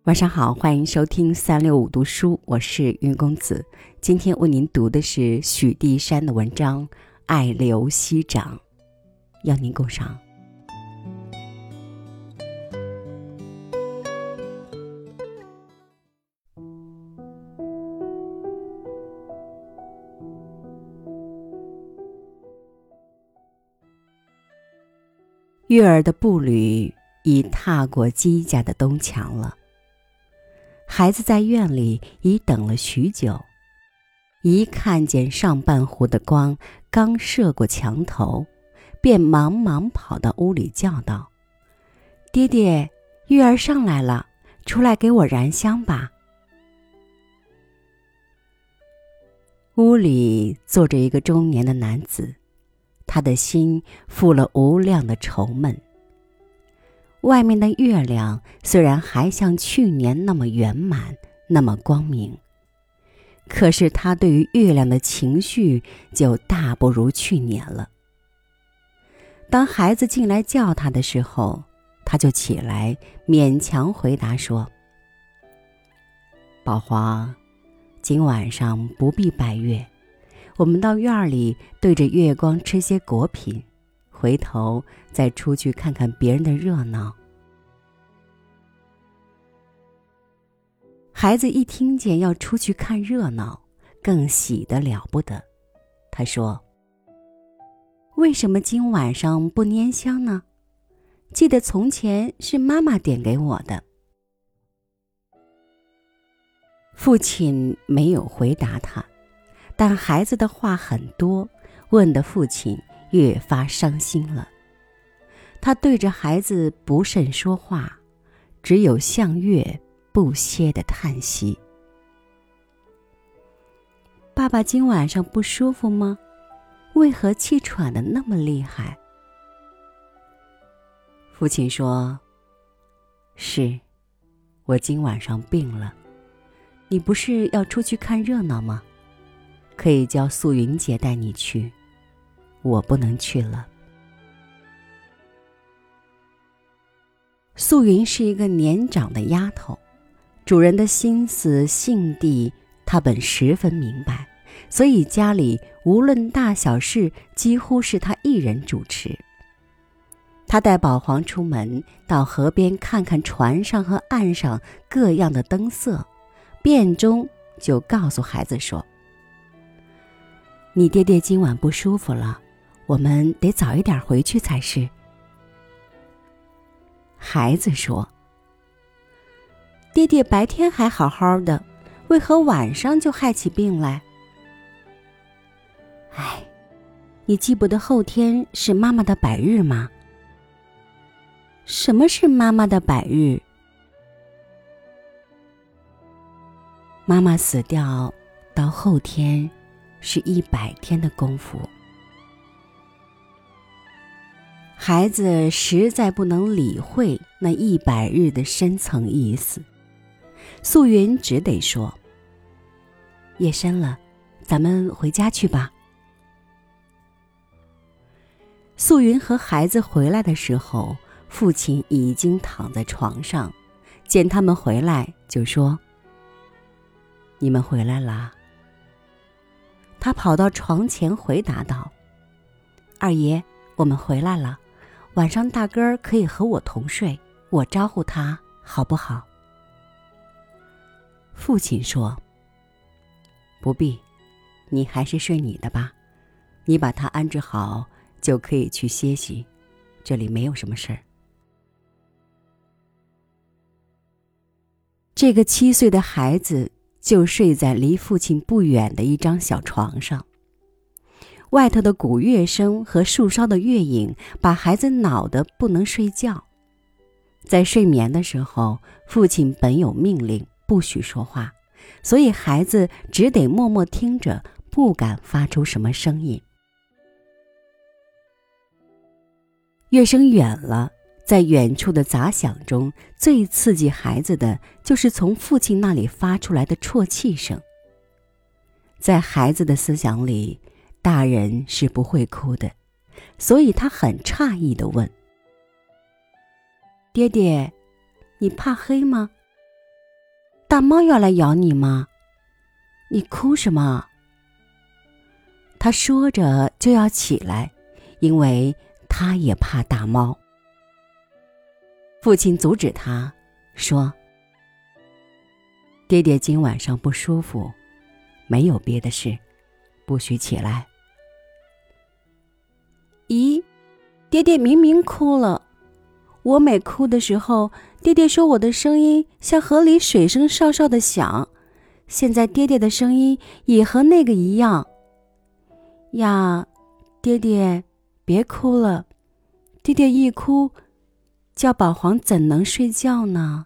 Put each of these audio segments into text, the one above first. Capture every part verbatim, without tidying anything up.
晚上好，欢迎收听三六五读书，我是云公子。今天为您读的是许地山的文章《爱流溪长》，邀您共赏。月儿的步履已踏过姬家的东墙了。孩子在院里已等了许久，一看见上半壶的光刚射过墙头，便忙忙跑到屋里叫道：“爹爹，月儿上来了，出来给我燃香吧。”屋里坐着一个中年的男子，他的心负了无量的愁闷。外面的月亮虽然还像去年那么圆满，那么光明，可是他对于月亮的情绪就大不如去年了。当孩子进来叫他的时候，他就起来勉强回答说：“宝华，今晚上不必拜月，我们到院里对着月光吃些果品，回头再出去看看别人的热闹。”孩子一听见要出去看热闹，更喜得了不得。他说：“为什么今晚上不拈香呢？记得从前是妈妈点给我的。”父亲没有回答他，但孩子的话很多，问得父亲越发伤心了。他对着孩子不甚说话，只有向月不歇的叹息。“爸爸今晚上不舒服吗？为何气喘得那么厉害？”父亲说：“是，我今晚上病了。你不是要出去看热闹吗？可以叫素云姐带你去，我不能去了。”素云是一个年长的丫头，主人的心思性地她本十分明白，所以家里无论大小事几乎是她一人主持。她带宝皇出门，到河边看看船上和岸上各样的灯色，便中就告诉孩子说：“你爹爹今晚不舒服了，我们得早一点回去才是。”孩子说：“爹爹白天还好好的，为何晚上就害起病来？”“哎，你记不得后天是妈妈的百日吗？”“什么是妈妈的百日？”“妈妈死掉到后天是一百天的功夫。”孩子实在不能理会那一百日的深层意思，素云只得说：“夜深了，咱们回家去吧。”素云和孩子回来的时候，父亲已经躺在床上，见他们回来就说：“你们回来啦。”他跑到床前回答道：“二爷，我们回来了，晚上大哥儿可以和我同睡，我招呼他好不好？”父亲说：“不必，你还是睡你的吧，你把他安置好就可以去歇息，这里没有什么事儿。”这个七岁的孩子就睡在离父亲不远的一张小床上，外头的鼓乐声和树梢的月影把孩子恼得不能睡觉。在睡眠的时候，父亲本有命令不许说话，所以孩子只得默默听着，不敢发出什么声音。乐声远了，在远处的杂响中，最刺激孩子的就是从父亲那里发出来的啜泣声。在孩子的思想里，大人是不会哭的，所以他很诧异地问：“爹爹，你怕黑吗？” 大猫要来咬你吗？你哭什么？”他说着就要起来，因为他也怕大猫。父亲阻止他，说：“爹爹今晚上不舒服，没有别的事，不许起来。”咦，爹爹明明哭了。我每哭的时候，爹爹说我的声音像河里水声哨哨的响，现在爹爹的声音也和那个一样。呀，爹爹，别哭了，爹爹一哭，叫宝皇怎能睡觉呢？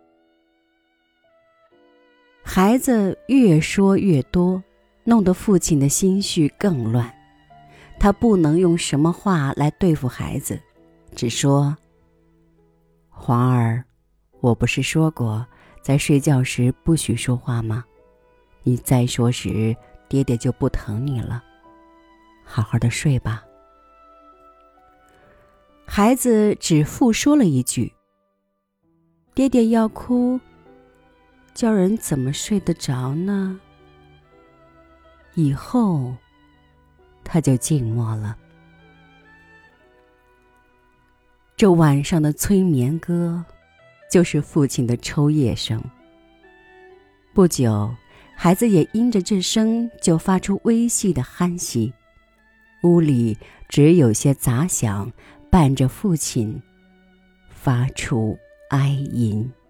孩子越说越多，弄得父亲的心绪更乱。他不能用什么话来对付孩子，只说：“皇儿，我不是说过，在睡觉时不许说话吗？你再说时，爹爹就不疼你了。好好的睡吧。”孩子只复说了一句：“爹爹要哭，叫人怎么睡得着呢？”以后他就静默了。这晚上的催眠歌，就是父亲的抽噎声。不久，孩子也因着这声就发出微细的鼾息，屋里只有些杂响，伴着父亲发出哀吟。